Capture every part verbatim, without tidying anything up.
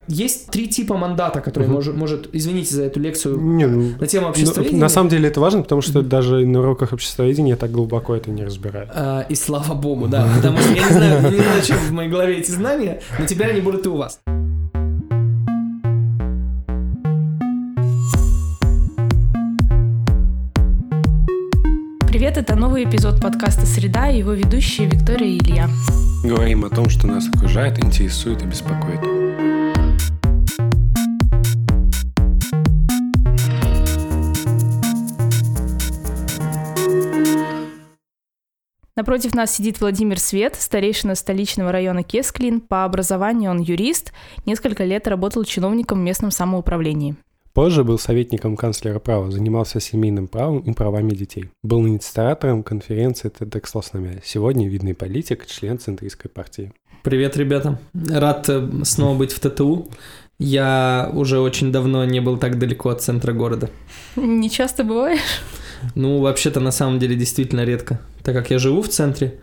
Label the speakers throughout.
Speaker 1: Есть три типа мандата, которые uh-huh. может, может... Извините за эту лекцию
Speaker 2: не, ну,
Speaker 1: на тему обществоведения.
Speaker 2: На самом деле это важно, потому что uh-huh. даже на уроках обществоведения я так глубоко это не разбираю.
Speaker 1: А, и слава богу, да. Потому что я не знаю, я не знаю, чем в моей голове эти знания, но теперь они будут и у вас.
Speaker 3: Привет, это новый эпизод подкаста «Среда» и его ведущие Виктория и Илья.
Speaker 2: Говорим о том, что нас окружает, интересует и беспокоит.
Speaker 3: Напротив нас сидит Владимир Свет, старейшина столичного района Кесклин. По образованию он юрист, несколько лет работал чиновником в местном самоуправлении.
Speaker 2: Позже был советником канцлера права, занимался семейным правом и правами детей. Был инициатором конференции TEDx Лосномя. Сегодня видный политик, член центристской партии.
Speaker 1: Привет, ребята. Рад снова быть в ТТУ. Я уже очень давно не был так далеко от центра города.
Speaker 3: Не часто бываешь?
Speaker 1: Ну, вообще-то, на самом деле, действительно редко. Так как я живу в центре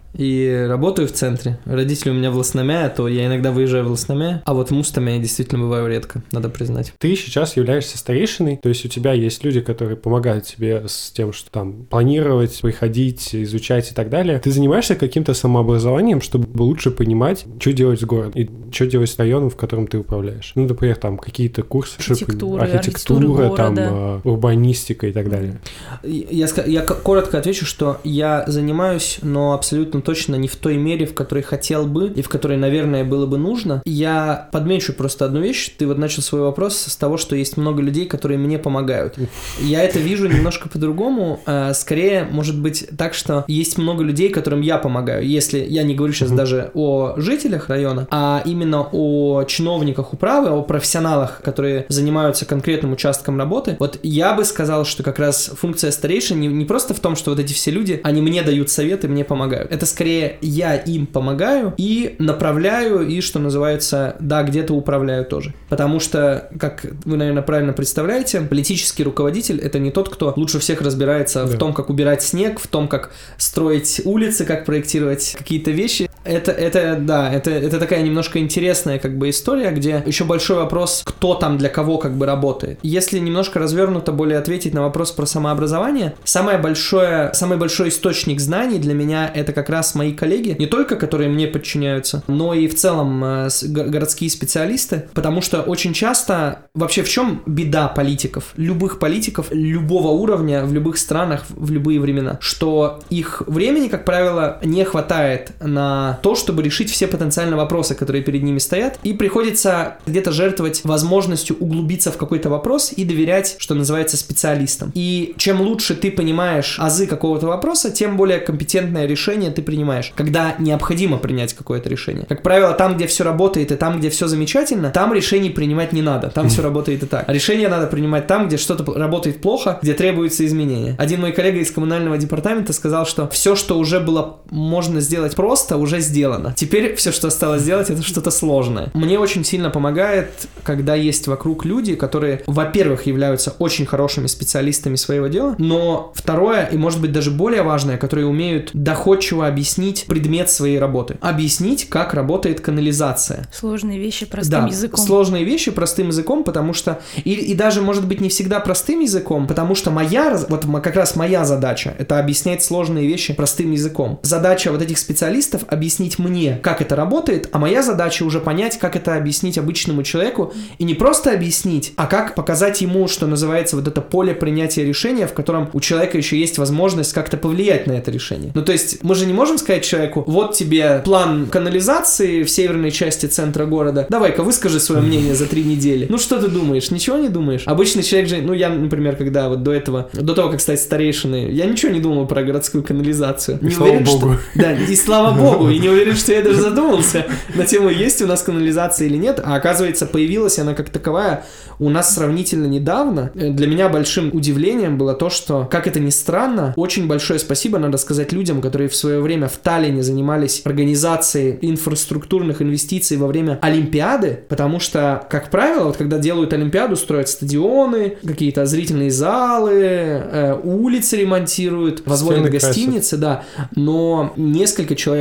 Speaker 1: и работаю в центре, родители у меня в Лосномя, то я иногда выезжаю в Лосномя, а вот в Мустаме я действительно бываю редко, надо признать.
Speaker 2: Ты сейчас являешься старейшиной, то есть у тебя есть люди, которые помогают тебе с тем, что там планировать, приходить, изучать и так далее. Ты занимаешься каким-то самообразованием, чтобы лучше понимать, что делать с городом и что делать с районом, в котором ты управляешь. Ну, например, там какие-то курсы,
Speaker 3: архитектура,
Speaker 2: архитектура там, урбанистика и так далее.
Speaker 1: Я, я коротко отвечу, что я занимаюсь, но абсолютно точно не в той мере, в которой хотел бы и в которой, наверное, было бы нужно. Я подмечу просто одну вещь. Ты вот начал свой вопрос с того, что есть много людей, которые мне помогают. Я это вижу немножко по-другому. Скорее, может быть так, что есть много людей, которым я помогаю. Если я не говорю сейчас даже о жителях района, а именно о чиновниках управы, о профессионалах, которые занимаются конкретным участком работы. Вот я бы сказал, что как раз функция старейшин не, не просто в том, что вот эти все люди, они мне дают советы, мне помогают. Это скорее я им помогаю и направляю, и, что называется, да, где-то управляю тоже. Потому что, как вы, наверное, правильно представляете, политический руководитель — это не тот, кто лучше всех разбирается да. в том, как убирать снег, в том, как строить улицы, как проектировать какие-то вещи. Это, это да, это, это такая немножко интересная как бы история, где еще большой вопрос, кто там для кого как бы работает. Если немножко развернуто более ответить на вопрос про самообразование, самое большое, самый большой источник знаний для меня — это как раз мои коллеги, не только которые мне подчиняются, но и в целом э, городские специалисты, потому что очень часто, вообще в чем беда политиков, любых политиков, любого уровня, в любых странах, в любые времена, что их времени, как правило, не хватает на то, чтобы решить все потенциальные вопросы, которые перед ними стоят, и приходится где-то жертвовать возможностью углубиться в какой-то вопрос и доверять, что называется, специалистам. И чем лучше ты понимаешь азы какого-то вопроса, тем более компетентное решение ты принимаешь, когда необходимо принять какое-то решение. Как правило, там, где все работает и там, где все замечательно, там решений принимать не надо, там все работает и так. А решение надо принимать там, где что-то работает плохо, где требуются изменения. Один мой коллега из коммунального департамента сказал, что все, что уже было можно сделать просто, уже сделано. Теперь все, что осталось сделать, это что-то сложное. Мне очень сильно помогает, когда есть вокруг люди, которые, во-первых, являются очень хорошими специалистами своего дела, но второе, и может быть даже более важное, которые умеют доходчиво объяснить предмет своей работы. Объяснить, как работает канализация.
Speaker 3: Сложные вещи простым
Speaker 1: да,
Speaker 3: языком.
Speaker 1: Сложные вещи простым языком, потому что... И, и даже, может быть, не всегда простым языком, потому что моя... Вот как раз моя задача — это объяснять сложные вещи простым языком. Задача вот этих специалистов — объяснить мне, как это работает, а моя задача уже понять, как это объяснить обычному человеку. И не просто объяснить, а как показать ему, что называется, вот это поле принятия решения, в котором у человека еще есть возможность как-то повлиять на это решение. Ну, то есть, мы же не можем сказать человеку: вот тебе план канализации в северной части центра города, давай-ка выскажи свое мнение за три недели. Ну, что ты думаешь? Ничего не думаешь? Обычный человек же, ну, я, например, когда вот до этого, до того, как стать старейшиной, я ничего не думал про городскую канализацию.
Speaker 2: И
Speaker 1: не
Speaker 2: слава
Speaker 1: уверен,
Speaker 2: богу.
Speaker 1: Что... Да, и слава богу, и не уверен, что я даже задумался на тему, есть у нас канализация или нет, а оказывается, появилась она как таковая у нас сравнительно недавно. Для меня большим удивлением было то, что, как это ни странно, очень большое спасибо надо сказать людям, которые в свое время в Таллине занимались организацией инфраструктурных инвестиций во время Олимпиады, потому что, как правило, вот когда делают Олимпиаду, строят стадионы, какие-то зрительные залы, э, улицы ремонтируют, возводят гостиницы, да, но несколько человек мне говорили,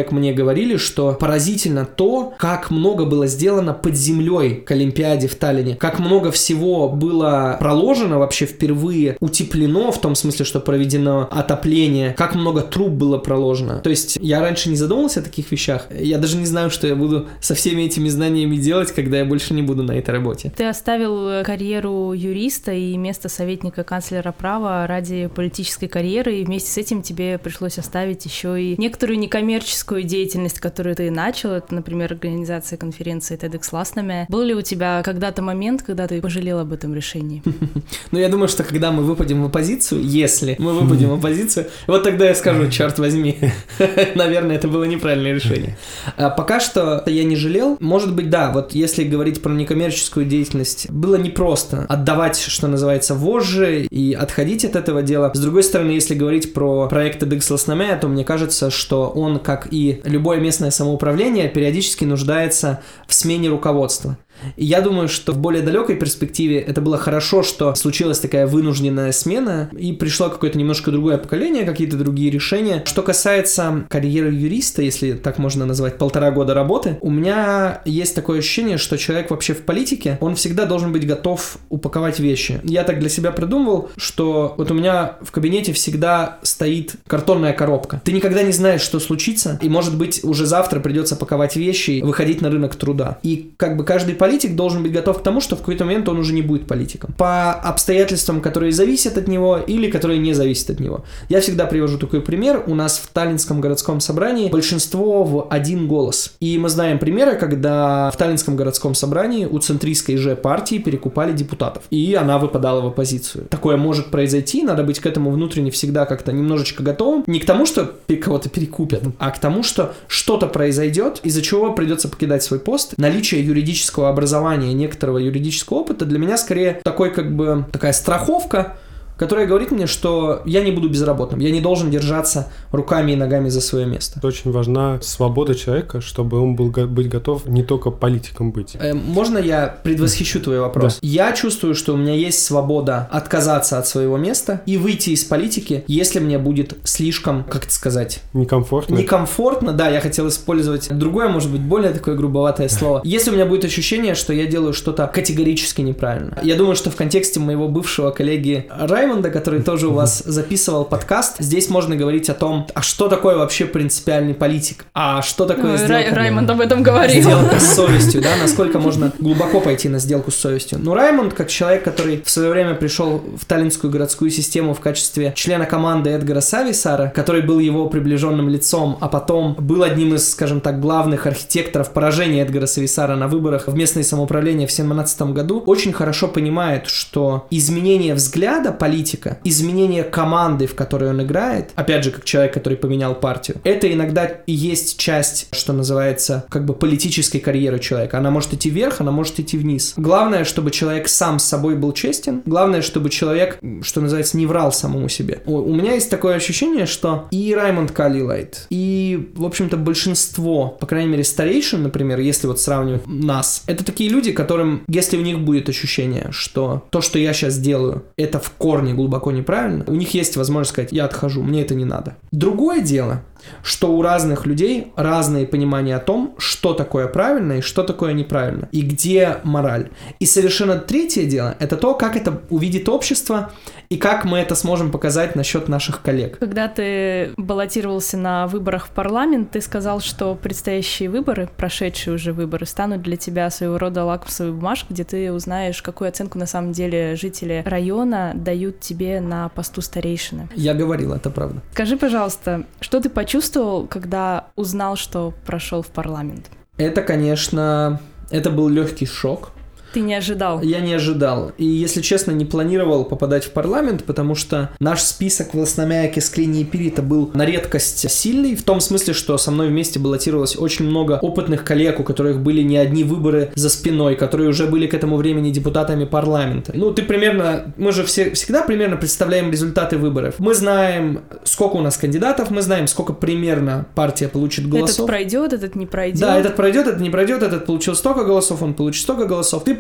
Speaker 1: говорили, что поразительно то, как много было сделано под землей к Олимпиаде в Таллине, как много всего было проложено вообще впервые, утеплено, в том смысле, что проведено отопление, как много труб было проложено. То есть я раньше не задумывался о таких вещах. Я даже не знаю, что я буду со всеми этими знаниями делать, когда я больше не буду на этой работе.
Speaker 3: Ты оставил карьеру юриста и место советника канцлера права ради политической карьеры, и вместе с этим тебе пришлось оставить еще и некоторую некоммерческую деятельность, которую ты начал. Это, например, организация конференции TEDx Lastname. Был ли у тебя когда-то момент, когда ты пожалел об этом решении?
Speaker 1: Ну, я думаю, что когда мы выпадем в оппозицию, если мы выпадем в оппозицию, вот тогда я скажу, черт возьми, наверное, это было неправильное решение. А пока что я не жалел. Может быть, да, вот если говорить про некоммерческую деятельность, было непросто отдавать, что называется, вожжи и отходить от этого дела. С другой стороны, если говорить про проект TEDx Lastname, то мне кажется, что он, как и любое местное самоуправление, периодически нуждается в смене руководства. И я думаю, что в более далекой перспективе это было хорошо, что случилась такая вынужденная смена, и пришло какое-то немножко другое поколение, какие-то другие решения. Что касается карьеры юриста, если так можно назвать, полтора года работы, у меня есть такое ощущение, что человек вообще в политике, он всегда должен быть готов упаковать вещи. Я так для себя придумывал, что вот у меня в кабинете всегда стоит картонная коробка. Ты никогда не знаешь, что случится, и, может быть, уже завтра придется паковать вещи и выходить на рынок труда. И как бы каждый политик Политик должен быть готов к тому, что в какой-то момент он уже не будет политиком. По обстоятельствам, которые зависят от него или которые не зависят от него. Я всегда привожу такой пример. У нас в Таллинском городском собрании большинство в один голос. И мы знаем примеры, когда в Таллинском городском собрании у центристской же партии перекупали депутатов. И она выпадала в оппозицию. Такое может произойти, надо быть к этому внутренне всегда как-то немножечко готовым. Не к тому, что кого-то перекупят, а к тому, что что-то произойдет, из-за чего придется покидать свой пост. Наличие юридического образования образования, некоторого юридического опыта для меня скорее такой как бы такая страховка, которая говорит мне, что я не буду безработным, я не должен держаться руками и ногами за свое место.
Speaker 2: Очень важна свобода человека, чтобы он был быть готов не только политиком быть.
Speaker 1: Э, можно я предвосхищу твой вопрос? Да. Я чувствую, что у меня есть свобода отказаться от своего места и выйти из политики, если мне будет слишком, как это сказать?
Speaker 2: Некомфортно.
Speaker 1: Некомфортно, да, я хотел использовать другое, может быть, более такое грубоватое слово. Если у меня будет ощущение, что я делаю что-то категорически неправильно. Я думаю, что в контексте моего бывшего коллеги Раймонда, который тоже у вас записывал подкаст, здесь можно говорить о том, а что такое вообще принципиальный политик, а что такое сделка...
Speaker 3: Рай, Раймонд об этом говорил.
Speaker 1: Сделка с совестью, да, насколько можно глубоко пойти на сделку с совестью. Ну, Раймонд, как человек, который в свое время пришел в Таллинскую городскую систему в качестве члена команды Эдгара Сависара, который был его приближенным лицом, а потом был одним из, скажем так, главных архитекторов поражения Эдгара Сависара на выборах в местное самоуправление в две тысячи семнадцатом году, очень хорошо понимает, что изменение взгляда политика, изменение команды, в которой он играет, опять же, как человек, который поменял партию, это иногда и есть часть, что называется, как бы политической карьеры человека. Она может идти вверх, она может идти вниз. Главное, чтобы человек сам с собой был честен, главное, чтобы человек, что называется, не врал самому себе. У, у меня есть такое ощущение, что и Раймонд Калилайт, и, в общем-то, большинство, по крайней мере, старейшин, например, если вот сравнивать нас, это такие люди, которым, если у них будет ощущение, что то, что я сейчас делаю, это в корне глубоко неправильно, у них есть возможность сказать, я отхожу, мне это не надо. Другое дело, что у разных людей разные понимания о том, что такое правильно и что такое неправильно, и где мораль. И совершенно третье дело, это то, как это увидит общество, и как мы это сможем показать насчет наших коллег.
Speaker 3: Когда ты баллотировался на выборах в парламент, ты сказал, что предстоящие выборы, прошедшие уже выборы, станут для тебя своего рода лакмусовой бумажкой, где ты узнаешь, какую оценку на самом деле жители района дают тебе на посту старейшины.
Speaker 1: Я говорил, это правда.
Speaker 3: Скажи, пожалуйста, что ты почувствовал, когда узнал, что прошел в парламент?
Speaker 1: Это, конечно, это был легкий шок.
Speaker 3: Ты не ожидал?
Speaker 1: Я не ожидал. И, если честно, не планировал попадать в парламент, потому что наш список в Ластнаме, Кесклине и Пирита был на редкость сильный, в том смысле, что со мной вместе баллотировалось очень много опытных коллег, у которых были не одни выборы за спиной, которые уже были к этому времени депутатами парламента. Ну, ты примерно... Мы же все, всегда примерно представляем результаты выборов. Мы знаем, сколько у нас кандидатов, мы знаем, сколько примерно партия получит голосов.
Speaker 3: Этот пройдет, этот не пройдет.
Speaker 1: Да, этот пройдет, этот не пройдет, этот получил столько голосов, он получит столько голосов. Ты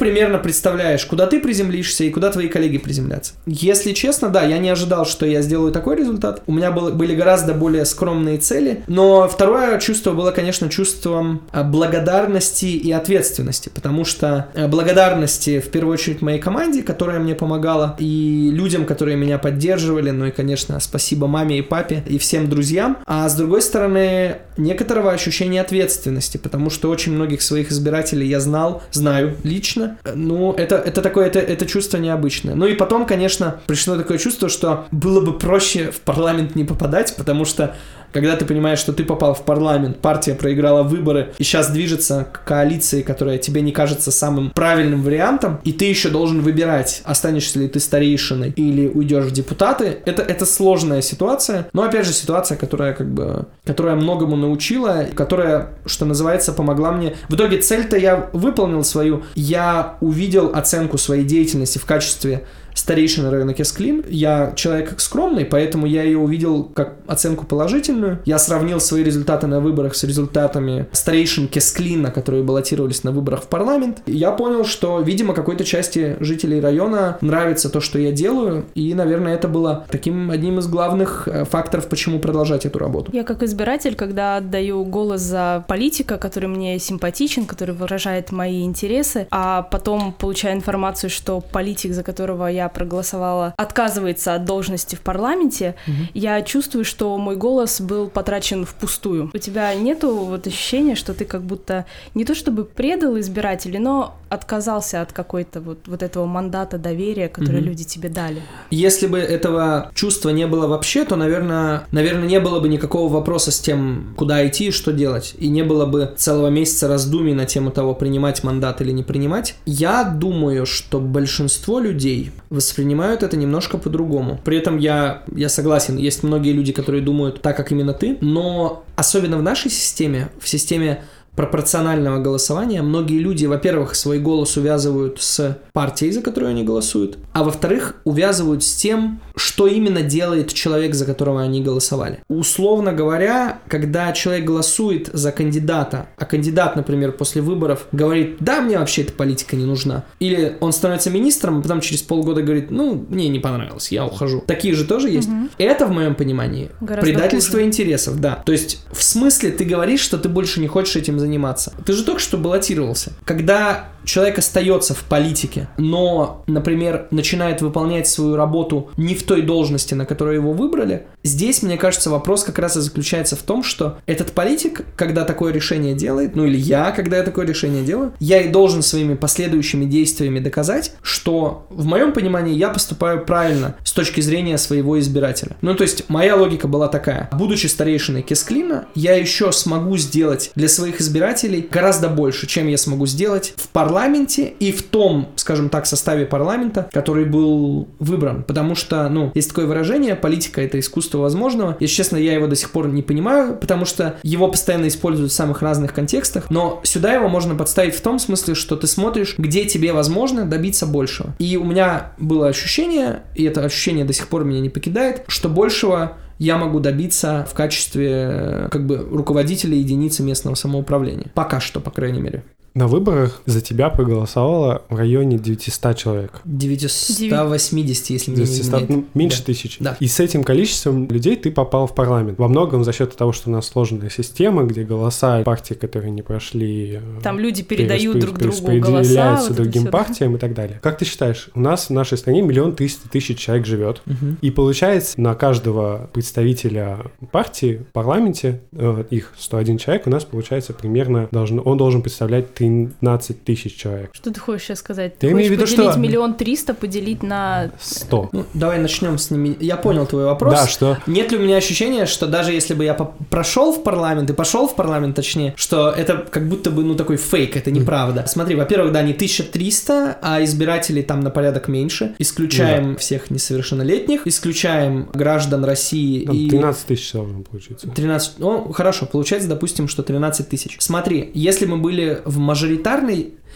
Speaker 1: примерно представляешь, куда ты приземлишься и куда твои коллеги приземлятся. Если честно, да, я не ожидал, что я сделаю такой результат. У меня был, были гораздо более скромные цели. Но второе чувство было, конечно, чувством благодарности и ответственности. Потому что благодарности, в первую очередь, моей команде, которая мне помогала, и людям, которые меня поддерживали, ну и, конечно, спасибо маме и папе, и всем друзьям. А с другой стороны, некоторого ощущения ответственности, потому что очень многих своих избирателей я знал, знаю лично. Ну, это, это такое, это, это чувство необычное. Ну и потом, конечно, пришло такое чувство, что было бы проще в парламент не попадать, потому что когда ты понимаешь, что ты попал в парламент, партия проиграла выборы и сейчас движется к коалиции, которая тебе не кажется самым правильным вариантом, и ты еще должен выбирать, останешься ли ты старейшиной или уйдешь в депутаты, это, это сложная ситуация, но опять же ситуация, которая как бы, которая многому научила, которая, что называется, помогла мне. В итоге цель-то я выполнил свою, я увидел оценку своей деятельности в качестве старейшины района Кесклин. Я человек скромный, поэтому я ее увидел как оценку положительную. Я сравнил свои результаты на выборах с результатами старейшин Кесклина, которые баллотировались на выборах в парламент. И я понял, что, видимо, какой-то части жителей района нравится то, что я делаю, и, наверное, это было таким одним из главных факторов, почему продолжать эту работу.
Speaker 3: Я как избиратель, когда отдаю голос за политика, который мне симпатичен, который выражает мои интересы, а потом получаю информацию, что политик, за которого я проголосовала, отказывается от должности в парламенте, угу. я чувствую, что мой голос был потрачен впустую. У тебя нету вот ощущения, что ты как будто не то чтобы предал избирателей, но отказался от какой-то вот, вот этого мандата доверия, который угу. люди тебе дали?
Speaker 1: Если бы этого чувства не было вообще, то, наверное, наверное, не было бы никакого вопроса с тем, куда идти и что делать. И не было бы целого месяца раздумий на тему того, принимать мандат или не принимать. Я думаю, что большинство людей воспринимают это немножко по-другому. При этом я, я согласен, есть многие люди, которые думают так, как именно ты, но особенно в нашей системе, в системе пропорционального голосования, многие люди, во-первых, свой голос увязывают с партией, за которую они голосуют, а во-вторых, увязывают с тем, что именно делает человек, за которого они голосовали. Условно говоря, когда человек голосует за кандидата, а кандидат, например, после выборов говорит: да, мне вообще эта политика не нужна, или он становится министром, а потом через полгода говорит: ну, мне не понравилось, я ухожу. Такие же тоже есть. Угу. Это, в моем понимании, гораздо предательство хуже. Интересов, да. То есть, в смысле, ты говоришь, что ты больше не хочешь этим заниматься. Ты же только что баллотировался. Когда человек остается в политике, но, например, начинает выполнять свою работу не в той должности, на которую его выбрали, здесь, мне кажется, вопрос как раз и заключается в том, что этот политик, когда такое решение делает, ну или я, когда я такое решение делаю, я и должен своими последующими действиями доказать, что, в моем понимании, я поступаю правильно с точки зрения своего избирателя. Ну, то есть, моя логика была такая. Будучи старейшиной Кесклина, я еще смогу сделать для своих избирателей гораздо больше, чем я смогу сделать в парламенте, парламенте и в том, скажем так, составе парламента, который был выбран. Потому что, ну, есть такое выражение: политика — это искусство возможного. Если честно, я его до сих пор не понимаю, потому что его постоянно используют в самых разных контекстах, но сюда его можно подставить в том смысле, что ты смотришь, где тебе возможно добиться большего. И у меня было ощущение, и это ощущение до сих пор меня не покидает, что большего я могу добиться в качестве, как бы, руководителя единицы местного самоуправления. Пока что, по крайней мере.
Speaker 2: На выборах за тебя проголосовало в районе девятьсот человек.
Speaker 1: девятьсот восемьдесят, если мне не изменяет.
Speaker 2: Ну, меньше да. тысячи.
Speaker 1: Да.
Speaker 2: И с этим количеством людей ты попал в парламент. Во многом за счет того, что у нас сложная система, где голоса партий, которые не прошли...
Speaker 3: Там люди передают друг другу голоса.
Speaker 2: Перераспределяются
Speaker 3: вот
Speaker 2: другим
Speaker 3: все,
Speaker 2: партиям, да? И так далее. Как ты считаешь, у нас в нашей стране миллион триста тысяч человек живет, угу. и получается на каждого представителя партии в парламенте, э, их сто один человек, у нас получается примерно, должен, он должен представлять тринадцать тысяч человек.
Speaker 3: Что ты хочешь сейчас сказать?
Speaker 2: Ты
Speaker 3: ты
Speaker 2: хочешь
Speaker 3: поделить
Speaker 2: что...
Speaker 3: миллион триста, поделить на...
Speaker 2: сто.
Speaker 1: Ну, давай начнем с ними. Я понял твой вопрос.
Speaker 2: Да, что?
Speaker 1: Нет ли у меня ощущения, что даже если бы я по- прошел в парламент, и пошел в парламент, точнее, что это как будто бы, ну, такой фейк, это неправда. Mm. Смотри, во-первых, да, не тысяча триста, а избирателей там на порядок меньше. Исключаем mm. всех несовершеннолетних, исключаем граждан России.
Speaker 2: Там
Speaker 1: и...
Speaker 2: тринадцать тысяч должно получиться.
Speaker 1: тринадцать, ну, хорошо, получается, допустим, что тринадцать тысяч. Смотри, если мы были в мажоритарной...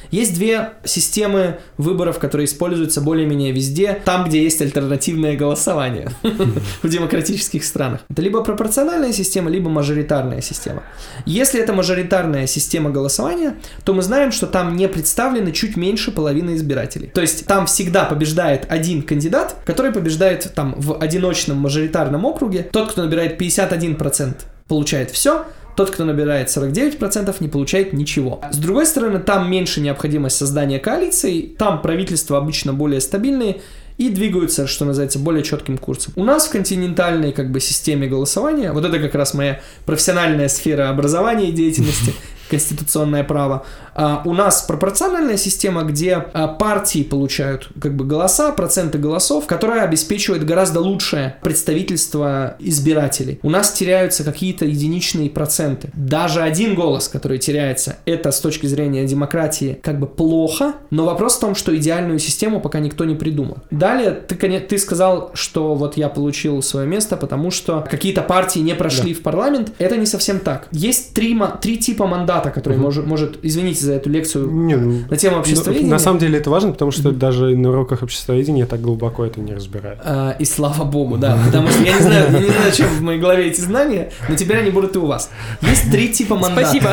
Speaker 1: Есть две системы выборов, которые используются более-менее везде, там, где есть альтернативное голосование в демократических странах. Это либо пропорциональная система, либо мажоритарная система. Если это мажоритарная система голосования, то мы знаем, что там не представлены чуть меньше половины избирателей. То есть там всегда побеждает один кандидат, который побеждает там в одиночном мажоритарном округе. Тот, кто набирает пятьдесят один процент, получает все. Тот, кто набирает сорок девять процентов, не получает ничего. С другой стороны, там меньше необходимость создания коалиций, там правительства обычно более стабильные и двигаются, что называется, более четким курсом. У нас в континентальной как бы системе голосования, вот это как раз моя профессиональная сфера образования и деятельности, конституционное право. А у нас пропорциональная система, где а, партии получают как бы голоса, проценты голосов, которая обеспечивает гораздо лучшее представительство избирателей. У нас теряются какие-то единичные проценты. Даже один голос, который теряется, это с точки зрения демократии как бы плохо, но вопрос в том, что идеальную систему пока никто не придумал. Далее ты, ты сказал, что вот я получил свое место, потому что какие-то партии не прошли да. в парламент. Это не совсем так. Есть три, три типа мандатов, который угу. может, может, извините за эту лекцию не, на тему обществоведения.
Speaker 2: На самом деле это важно, потому что даже на уроках обществоведения я так глубоко это не разбираю.
Speaker 1: А, и слава богу, да, потому что я не знаю, я не знаю, чем в моей голове эти знания, но теперь они будут и у вас. Есть три типа мандата.
Speaker 3: Спасибо.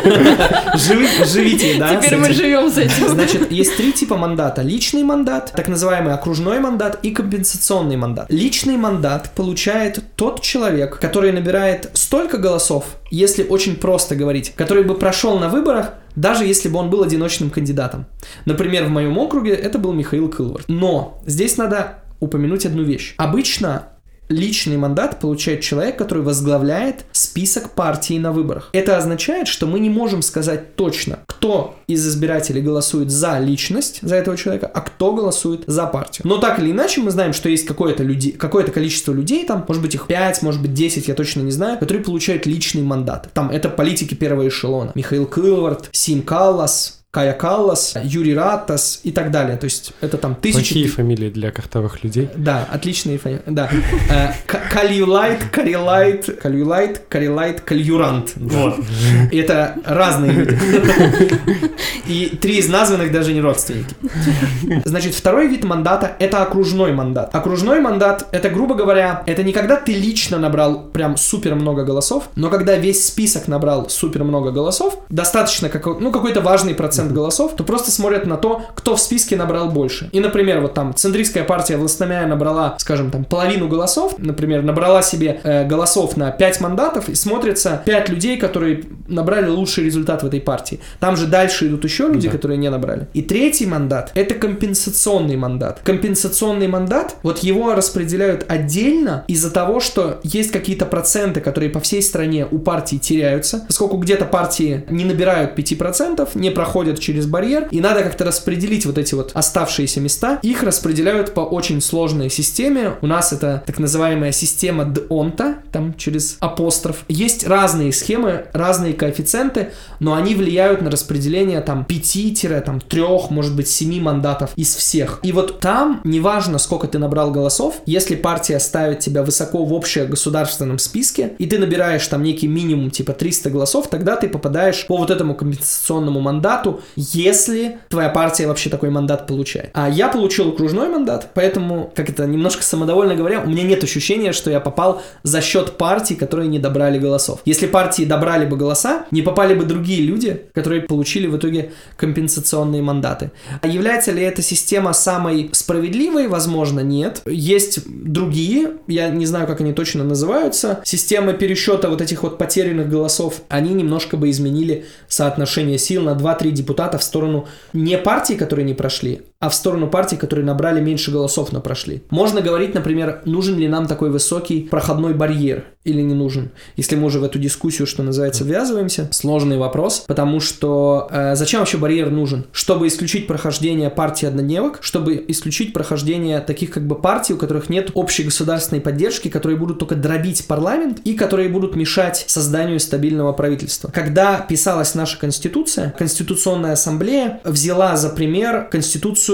Speaker 1: Да. Живи, живите, да.
Speaker 3: Теперь мы живем с этим.
Speaker 1: Значит, есть три типа мандата. Личный мандат, так называемый окружной мандат и компенсационный мандат. Личный мандат получает тот человек, который набирает столько голосов, если очень просто говорить, который бы прошел на выборах, даже если бы он был одиночным кандидатом. Например, в моем округе это был Михаил Кылвард. Но здесь надо упомянуть одну вещь. Обычно личный мандат получает человек, который возглавляет список партии на выборах. Это означает, что мы не можем сказать точно, кто из избирателей голосует за личность, за этого человека, а кто голосует за партию. Но так или иначе мы знаем, что есть какое-то, люди, какое-то количество людей, там, может быть их пять, может быть десять, я точно не знаю, которые получают личный мандат. Там это политики первого эшелона. Михаил Кылвард, Сим Каллас, Кая Каллас, Юрий Ратас и так далее. То есть это там тысячи...
Speaker 2: Какие фамилии для картовых людей?
Speaker 1: Да, отличные фамилии. Да. Кальюлайт, Карилайт, Кальюлайт, Карилайт, Кальюрант. Вот. Это разные люди. И три из названных даже не родственники. Значит, второй вид мандата — это окружной мандат. Окружной мандат — это, грубо говоря, это не когда ты лично набрал прям супер много голосов, но когда весь список набрал супер много голосов, достаточно какой- ну, какой-то важный процент голосов, то просто смотрят на то, кто в списке набрал больше. И, например, вот там центристская партия Властомяя набрала, скажем, там половину голосов, например, набрала себе э, голосов на пять мандатов, и смотрится пять людей, которые набрали лучший результат в этой партии. Там же дальше идут еще люди, да. которые не набрали. И третий мандат — это компенсационный мандат. Компенсационный мандат, вот его распределяют отдельно из-за того, что есть какие-то проценты, которые по всей стране у партий теряются, поскольку где-то партии не набирают пять процентов, не проходят через барьер, и надо как-то распределить вот эти вот оставшиеся места. Их распределяют по очень сложной системе. У нас это так называемая система Д'Онта, там через апостроф. Есть разные схемы, разные коэффициенты, но они влияют на распределение там пяти-трех, может быть, семи мандатов из всех. И вот там, неважно, сколько ты набрал голосов, если партия ставит тебя высоко в общегосударственном списке, и ты набираешь там некий минимум типа триста голосов, тогда ты попадаешь по вот этому компенсационному мандату, если твоя партия вообще такой мандат получает. А я получил окружной мандат, поэтому, как это немножко самодовольно говоря, у меня нет ощущения, что я попал за счет партий, которые не добрали голосов. Если партии добрали бы голоса, не попали бы другие люди, которые получили в итоге компенсационные мандаты. А является ли эта система самой справедливой? Возможно, нет. Есть другие, я не знаю, как они точно называются, системы пересчета вот этих вот потерянных голосов, они немножко бы изменили соотношение сил на два-три депутата в сторону не партий, которые не прошли, а в сторону партий, которые набрали меньше голосов, но прошли. Можно говорить, например, нужен ли нам такой высокий проходной барьер или не нужен. Если мы уже в эту дискуссию, что называется, ввязываемся, сложный вопрос, потому что э, зачем вообще барьер нужен? Чтобы исключить прохождение партий однодневок, чтобы исключить прохождение таких как бы партий, у которых нет общей государственной поддержки, которые будут только дробить парламент и которые будут мешать созданию стабильного правительства. Когда писалась наша Конституция, Конституционная ассамблея взяла за пример Конституцию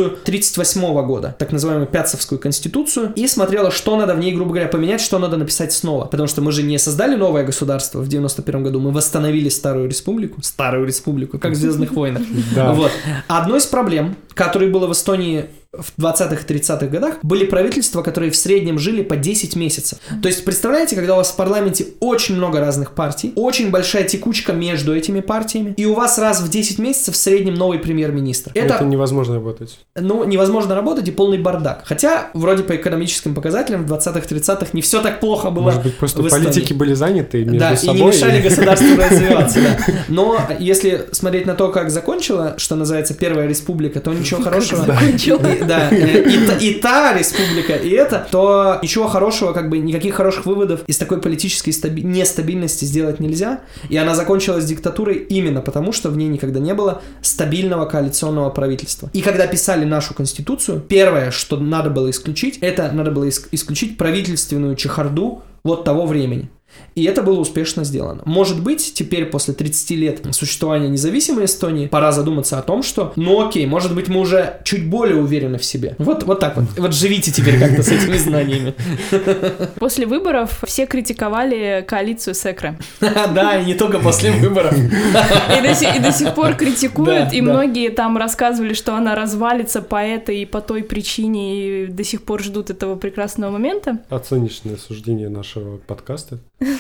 Speaker 1: конституцию тридцать восьмого года, так называемую Пятцевскую конституцию, и смотрела, что надо в ней, грубо говоря, поменять, что надо написать снова. Потому что мы же не создали новое государство в девяносто первом году, мы восстановили старую республику. Старую республику, как в «Звездных войнах». Вот. Одной из проблем, которой было в Эстонии в двадцатых и тридцатых годах, были правительства, которые в среднем жили по десять месяцев. То есть, представляете, когда у вас в парламенте очень много разных партий, очень большая текучка между этими партиями, и у вас раз в десять месяцев в среднем новый премьер-министр.
Speaker 2: Это, это невозможно работать.
Speaker 1: Ну, невозможно работать и полный бардак. Хотя, вроде по экономическим показателям, в двадцатых-тридцатых не все так плохо было.
Speaker 2: Может быть, просто политики были заняты между
Speaker 1: да,
Speaker 2: собой.
Speaker 1: Да, и не мешали и... государству развиваться. Да. Но если смотреть на то, как закончила, что называется, Первая республика, то ничего хорошего... Да, и, и та республика, и это, то ничего хорошего, как бы никаких хороших выводов из такой политической стаби- нестабильности сделать нельзя. И она закончилась диктатурой именно потому, что в ней никогда не было стабильного коалиционного правительства. И когда писали нашу конституцию, первое, что надо было исключить, это надо было ис- исключить правительственную чехарду вот того времени. И это было успешно сделано. Может быть, теперь после тридцати лет существования независимой Эстонии пора задуматься о том, что, ну окей, может быть, мы уже чуть более уверены в себе. Вот, вот так вот. Вот живите теперь как-то с этими знаниями.
Speaker 3: После выборов все критиковали коалицию Секры.
Speaker 1: Да, и не только после выборов.
Speaker 3: И до сих пор критикуют, и многие там рассказывали, что она развалится по этой и по той причине, и до сих пор ждут этого прекрасного момента.
Speaker 2: Оценочное суждение нашего подкаста.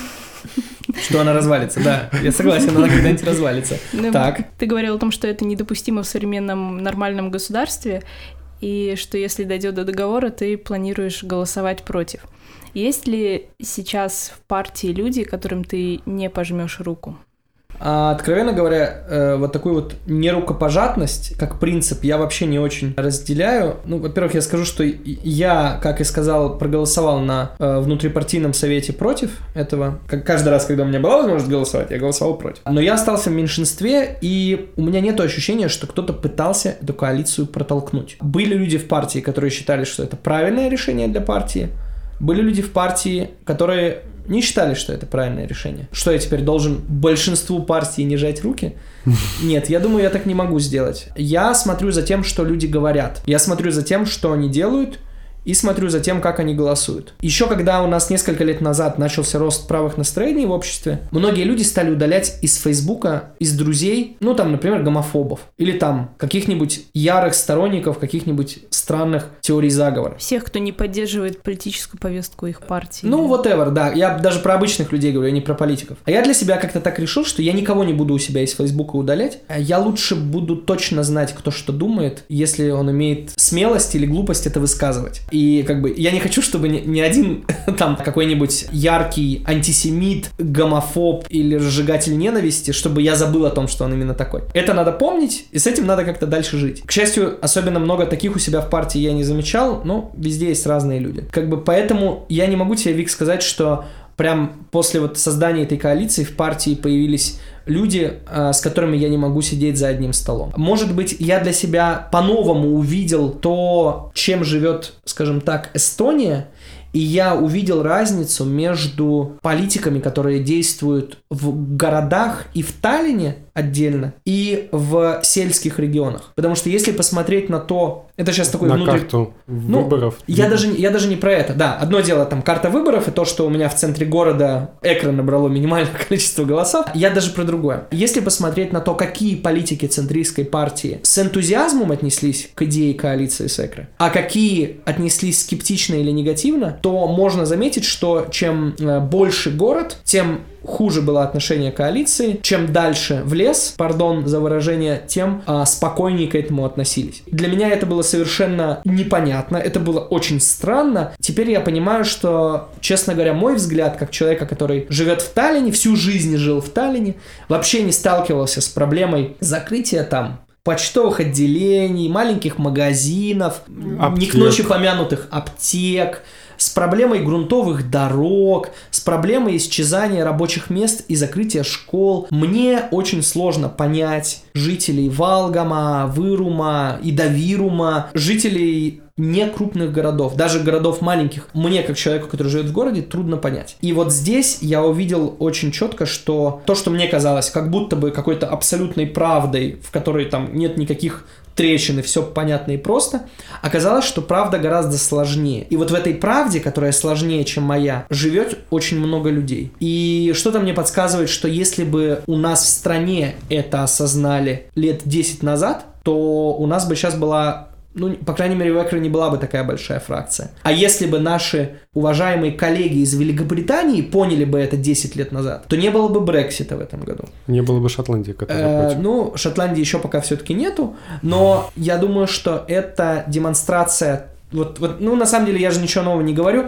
Speaker 1: Что она развалится, да. Я согласен, она когда-нибудь развалится.
Speaker 3: Ну,
Speaker 1: так.
Speaker 3: Ты говорил о том, что это недопустимо в современном нормальном государстве, и что если дойдет до договора, ты планируешь голосовать против. Есть ли сейчас в партии люди, которым ты не пожмешь руку?
Speaker 1: А, откровенно говоря, э, вот такую вот нерукопожатность, как принцип, я вообще не очень разделяю. Ну, во-первых, я скажу, что я, как и сказал, проголосовал на э, внутрипартийном совете против этого. Как каждый раз, когда у меня была возможность голосовать, я голосовал против. Но я остался в меньшинстве, и у меня нет ощущения, что кто-то пытался эту коалицию протолкнуть. Были люди в партии, которые считали, что это правильное решение для партии. Были люди в партии, которые не считали, что это правильное решение. Что я теперь должен большинству партий не жать руки? Нет, я думаю, я так не могу сделать. Я смотрю за тем, что люди говорят. Я смотрю за тем, что они делают, и смотрю за тем, как они голосуют. Еще когда у нас несколько лет назад начался рост правых настроений в обществе, многие люди стали удалять из Фейсбука, из друзей, ну там, например, гомофобов, или там каких-нибудь ярых сторонников каких-нибудь странных теорий заговора.
Speaker 3: Всех, кто не поддерживает политическую повестку их партии.
Speaker 1: Ну, whatever, да. Я даже про обычных людей говорю, а не про политиков. А я для себя как-то так решил, что я никого не буду у себя из Фейсбука удалять. Я лучше буду точно знать, кто что думает, если он имеет смелость или глупость это высказывать. И как бы я не хочу, чтобы ни, ни один там какой-нибудь яркий антисемит, гомофоб или разжигатель ненависти, чтобы я забыл о том, что он именно такой. Это надо помнить, и с этим надо как-то дальше жить. К счастью, особенно много таких у себя в партии я не замечал, но везде есть разные люди. Как бы поэтому я не могу тебе, Вик, сказать, что прям после вот создания этой коалиции в партии появились люди, с которыми я не могу сидеть за одним столом. Может быть, я для себя по-новому увидел то, чем живет, скажем так, Эстония, и я увидел разницу между политиками, которые действуют в городах и в Таллине отдельно, и в сельских регионах. Потому что если посмотреть на то... Это сейчас такой
Speaker 2: на
Speaker 1: внутрь...
Speaker 2: карту
Speaker 1: ну,
Speaker 2: выборов.
Speaker 1: Я даже, я даже не про это. Да, одно дело там карта выборов и то, что у меня в центре города экран набрало минимальное количество голосов. Я даже про другое. Если посмотреть на то, какие политики центристской партии с энтузиазмом отнеслись к идее коалиции Секры, а какие отнеслись скептично или негативно, то можно заметить, что чем больше город, тем хуже было отношение коалиции. Чем дальше в лес, пардон за выражение, тем а, спокойнее к этому относились. Для меня это было совершенно непонятно, это было очень странно. Теперь я понимаю, что, честно говоря, мой взгляд, как человека, который живет в Таллине, всю жизнь жил в Таллине, вообще не сталкивался с проблемой закрытия там почтовых отделений, маленьких магазинов, аптек. Не к ночи помянутых аптек, с проблемой грунтовых дорог, с проблемой исчезания рабочих мест и закрытия школ. Мне очень сложно понять жителей Валгама, Вырума и Давирума, жителей некрупных городов, даже городов маленьких. Мне, как человеку, который живет в городе, трудно понять. И вот здесь я увидел очень четко, что то, что мне казалось как будто бы какой-то абсолютной правдой, в которой там нет никаких трещины, все понятно и просто. Оказалось, что правда гораздо сложнее. И вот в этой правде, которая сложнее, чем моя, живет очень много людей. И что-то мне подсказывает, что если бы у нас в стране это осознали лет десять назад, то у нас бы сейчас была... Ну, по крайней мере, в Экро не была бы такая большая фракция. А если бы наши уважаемые коллеги из Великобритании поняли бы это десять лет назад, то не было бы Брексита в этом году.
Speaker 2: Не было бы Шотландии, которая против.
Speaker 1: Ну, Шотландии еще пока все-таки нету, но я думаю, что это демонстрация... Вот, вот, ну, на самом деле, я же ничего нового не говорю.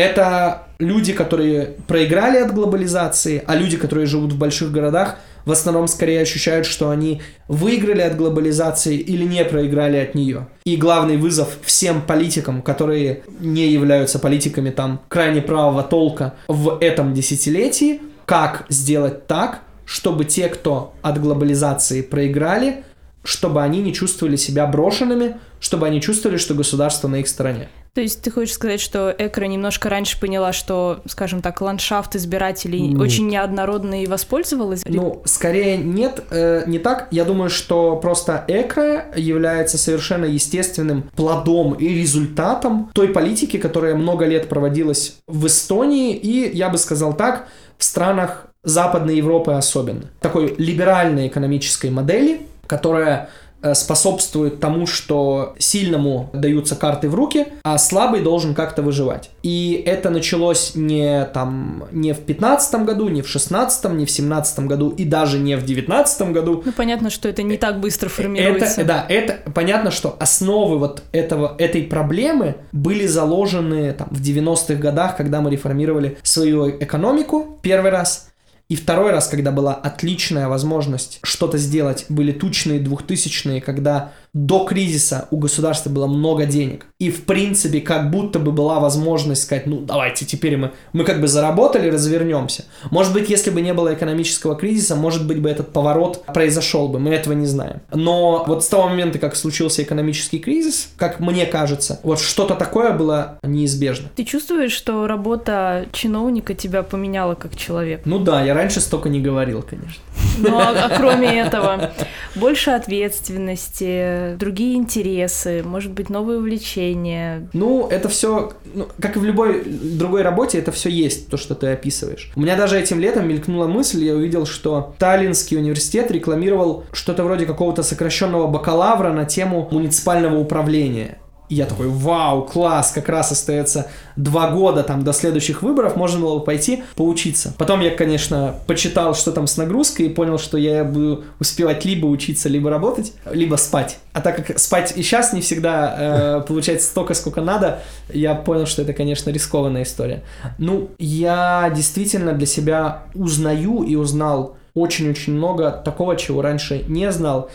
Speaker 1: Это люди, которые проиграли от глобализации, а люди, которые живут в больших городах, в основном скорее ощущают, что они выиграли от глобализации или не проиграли от нее. И главный вызов всем политикам, которые не являются политиками там крайне правого толка в этом десятилетии, как сделать так, чтобы те, кто от глобализации проиграли, чтобы они не чувствовали себя брошенными, чтобы они чувствовали, что государство на их стороне.
Speaker 3: То есть ты хочешь сказать, что Экро немножко раньше поняла, что, скажем так, ландшафт избирателей нет. очень неоднородный и воспользовалась?
Speaker 1: Ну, скорее нет, э, не так. Я думаю, что просто Экро является совершенно естественным плодом и результатом той политики, которая много лет проводилась в Эстонии и, я бы сказал так, в странах Западной Европы особенно. Такой либеральной экономической модели, которая способствует тому, что сильному даются карты в руки, а слабый должен как-то выживать. И это началось не, там, не в пятнадцатом году, не в шестнадцатом, не в семнадцатом году и даже не в девятнадцатом году.
Speaker 3: Ну, понятно, что это не так быстро формируется.
Speaker 1: Это, да, это понятно, что основы вот этого, этой проблемы были заложены там, в девяностых годах, когда мы реформировали свою экономику первый раз. И второй раз, когда была отличная возможность что-то сделать, были тучные двухтысячные, когда до кризиса у государства было много денег. И, в принципе, как будто бы была возможность сказать, ну, давайте теперь мы, мы как бы заработали, развернемся. Может быть, если бы не было экономического кризиса, может быть, бы этот поворот произошел бы, мы этого не знаем. Но вот с того момента, как случился экономический кризис, как мне кажется, вот что-то такое было неизбежно.
Speaker 3: Ты чувствуешь, что работа чиновника тебя поменяла как человек?
Speaker 1: Ну да, я раньше столько не говорил, конечно.
Speaker 3: Ну, а, а кроме этого, больше ответственности, другие интересы, может быть, новые увлечения.
Speaker 1: Ну, это все, ну, как и в любой другой работе, это все есть, то, что ты описываешь. У меня даже этим летом мелькнула мысль, я увидел, что Таллинский университет рекламировал что-то вроде какого-то сокращенного бакалавра на тему муниципального управления. И я такой, вау, класс, как раз остается два года там до следующих выборов, можно было бы пойти поучиться. Потом я, конечно, почитал, что там с нагрузкой, и понял, что я буду успевать либо учиться, либо работать, либо спать. А так как спать и сейчас не всегда э, получается столько, сколько надо, я понял, что это, конечно, рискованная история. Ну, я действительно для себя узнаю и узнал очень-очень много такого, чего раньше не знал,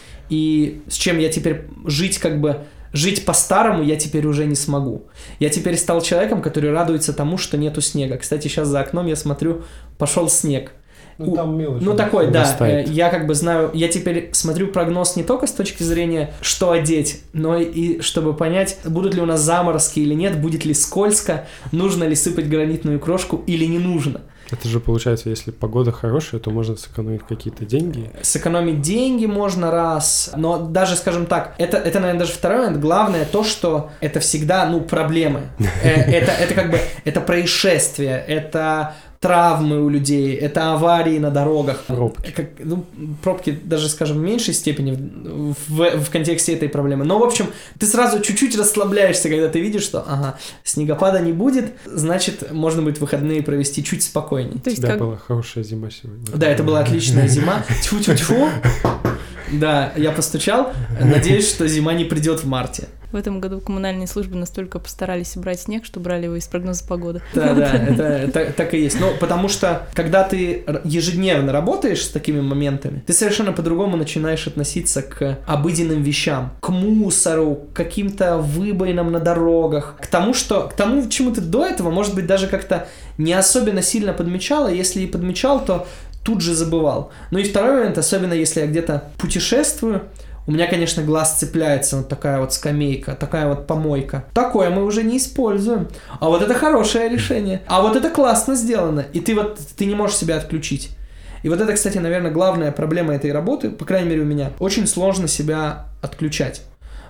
Speaker 1: и с чем я теперь жить как бы... Жить по-старому я теперь уже не смогу. Я теперь стал человеком, который радуется тому, что нету снега. Кстати, сейчас за окном я смотрю, пошел снег.
Speaker 2: Ну, там мелочь.
Speaker 1: Ну, такой, да.
Speaker 2: Стоит.
Speaker 1: Я как бы знаю, я теперь смотрю прогноз не только с точки зрения, что одеть, но и чтобы понять, будут ли у нас заморозки или нет, будет ли скользко, нужно ли сыпать гранитную крошку или не нужно.
Speaker 2: Это же получается, если погода хорошая, то можно сэкономить какие-то деньги.
Speaker 1: Сэкономить деньги можно раз, но даже, скажем так, это, это наверное, даже второй момент. Главное то, что это всегда, ну, проблемы. Это, это как бы, это происшествия, это травмы у людей, это аварии на дорогах.
Speaker 2: Пробки.
Speaker 1: Как, ну, пробки даже, скажем, в меньшей степени в, в, в контексте этой проблемы. Но, в общем, ты сразу чуть-чуть расслабляешься, когда ты видишь, что, ага, снегопада не будет, значит, можно будет выходные провести чуть спокойнее.
Speaker 2: У тебя как... была хорошая зима сегодня.
Speaker 1: Да, это была отличная зима. Тьфу-тьфу-тьфу. Да, я постучал. Надеюсь, что зима не придет в марте.
Speaker 3: В этом году коммунальные службы настолько постарались убрать снег, что брали его из прогноза погоды.
Speaker 1: Да, да, это, это так и есть. Ну, потому что, когда ты ежедневно работаешь с такими моментами, ты совершенно по-другому начинаешь относиться к обыденным вещам, к мусору, к каким-то выбоинам на дорогах, к тому, что, к тому, чему ты до этого, может быть, даже как-то не особенно сильно подмечал, а если и подмечал, то тут же забывал. Ну и второй момент, особенно если я где-то путешествую, у меня, конечно, глаз цепляется вот такая вот скамейка, такая вот помойка. Такое мы уже не используем. А вот это хорошее решение. А вот это классно сделано. И ты вот, ты не можешь себя отключить. И вот это, кстати, наверное, главная проблема этой работы, по крайней мере у меня. Очень сложно себя отключать.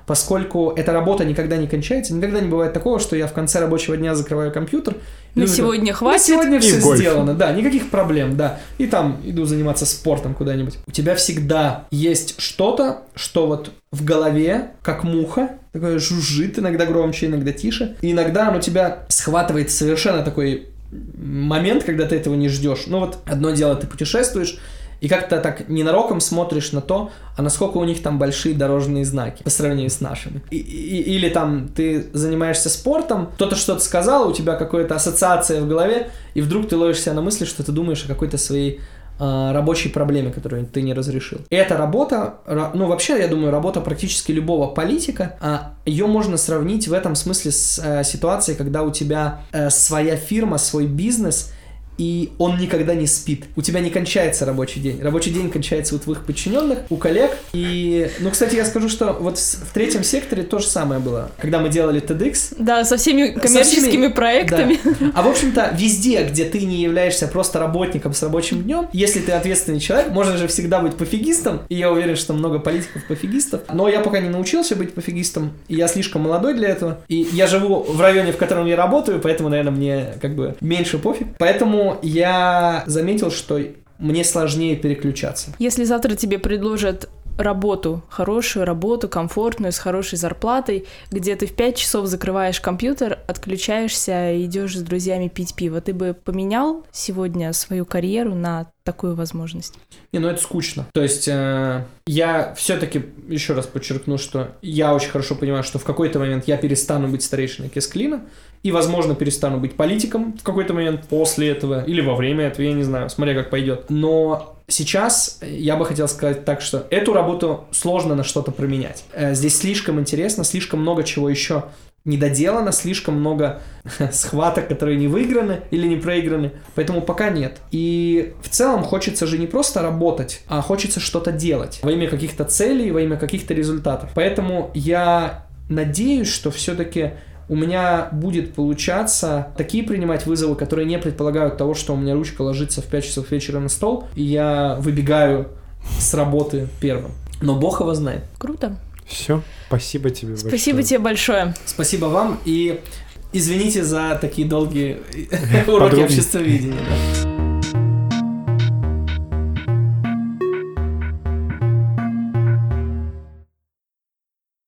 Speaker 1: поскольку эта работа никогда не кончается, никогда не бывает такого, что я в конце рабочего дня закрываю компьютер.
Speaker 3: На сегодня хватит.
Speaker 1: На сегодня все
Speaker 2: гольф.
Speaker 1: сделано, да, никаких проблем, да. И там иду заниматься спортом куда-нибудь. У тебя всегда есть что-то, что вот в голове, как муха, такое жужжит, иногда громче, иногда тише. И иногда оно тебя схватывает совершенно такой момент, когда ты этого не ждешь. Ну вот одно дело, ты путешествуешь, и как-то так ненароком смотришь на то, а насколько у них там большие дорожные знаки по сравнению с нашими. И, и, или там ты занимаешься спортом, кто-то что-то сказал, у тебя какая-то ассоциация в голове, и вдруг ты ловишь себя на мысли, что ты думаешь о какой-то своей э, рабочей проблеме, которую ты не разрешил. И эта работа, ну вообще, я думаю, работа практически любого политика, а ее можно сравнить в этом смысле с э, ситуацией, когда у тебя э, своя фирма, свой бизнес, и он никогда не спит. У тебя не кончается рабочий день. Рабочий день кончается у твоих подчиненных, у коллег. И, ну, кстати, я скажу, что вот в третьем секторе то же самое было. Когда мы делали TEDx.
Speaker 3: Да, со всеми коммерческими со всеми, проектами.
Speaker 1: Да. А в общем-то, везде, где ты не являешься просто работником с рабочим днем, если ты ответственный человек, можно же всегда быть пофигистом. И я уверен, что много политиков пофигистов. Но я пока не научился быть пофигистом. И я слишком молодой для этого. И я живу в районе, в котором я работаю, поэтому, наверное, мне как бы меньше пофиг. Поэтому я заметил, что мне сложнее переключаться.
Speaker 3: Если завтра тебе предложат работу, хорошую работу, комфортную, с хорошей зарплатой, где ты в пять часов закрываешь компьютер, отключаешься и идешь с друзьями пить пиво, ты бы поменял сегодня свою карьеру на такую возможность?
Speaker 1: Не, ну это скучно. То есть э, я все-таки еще раз подчеркну, что я очень хорошо понимаю, что в какой-то момент я перестану быть старейшиной Кесклина и, возможно, перестану быть политиком в какой-то момент после этого или во время этого, я не знаю, смотря как пойдет. Но сейчас я бы хотел сказать так, что эту работу сложно на что-то променять. Э, здесь слишком интересно, слишком много чего еще недоделано, слишком много схваток, которые не выиграны или не проиграны, поэтому пока нет. И в целом хочется же не просто работать, а хочется что-то делать во имя каких-то целей, во имя каких-то результатов. Поэтому я надеюсь, что все-таки у меня будет получаться такие принимать вызовы, которые не предполагают того, что у меня ручка ложится в пять часов вечера на стол, и я выбегаю с работы первым. Но Бог его знает.
Speaker 3: Круто.
Speaker 2: Все, спасибо тебе большое.
Speaker 3: Спасибо тебе большое.
Speaker 1: Спасибо вам, и извините за такие долгие уроки обществоведения. Да.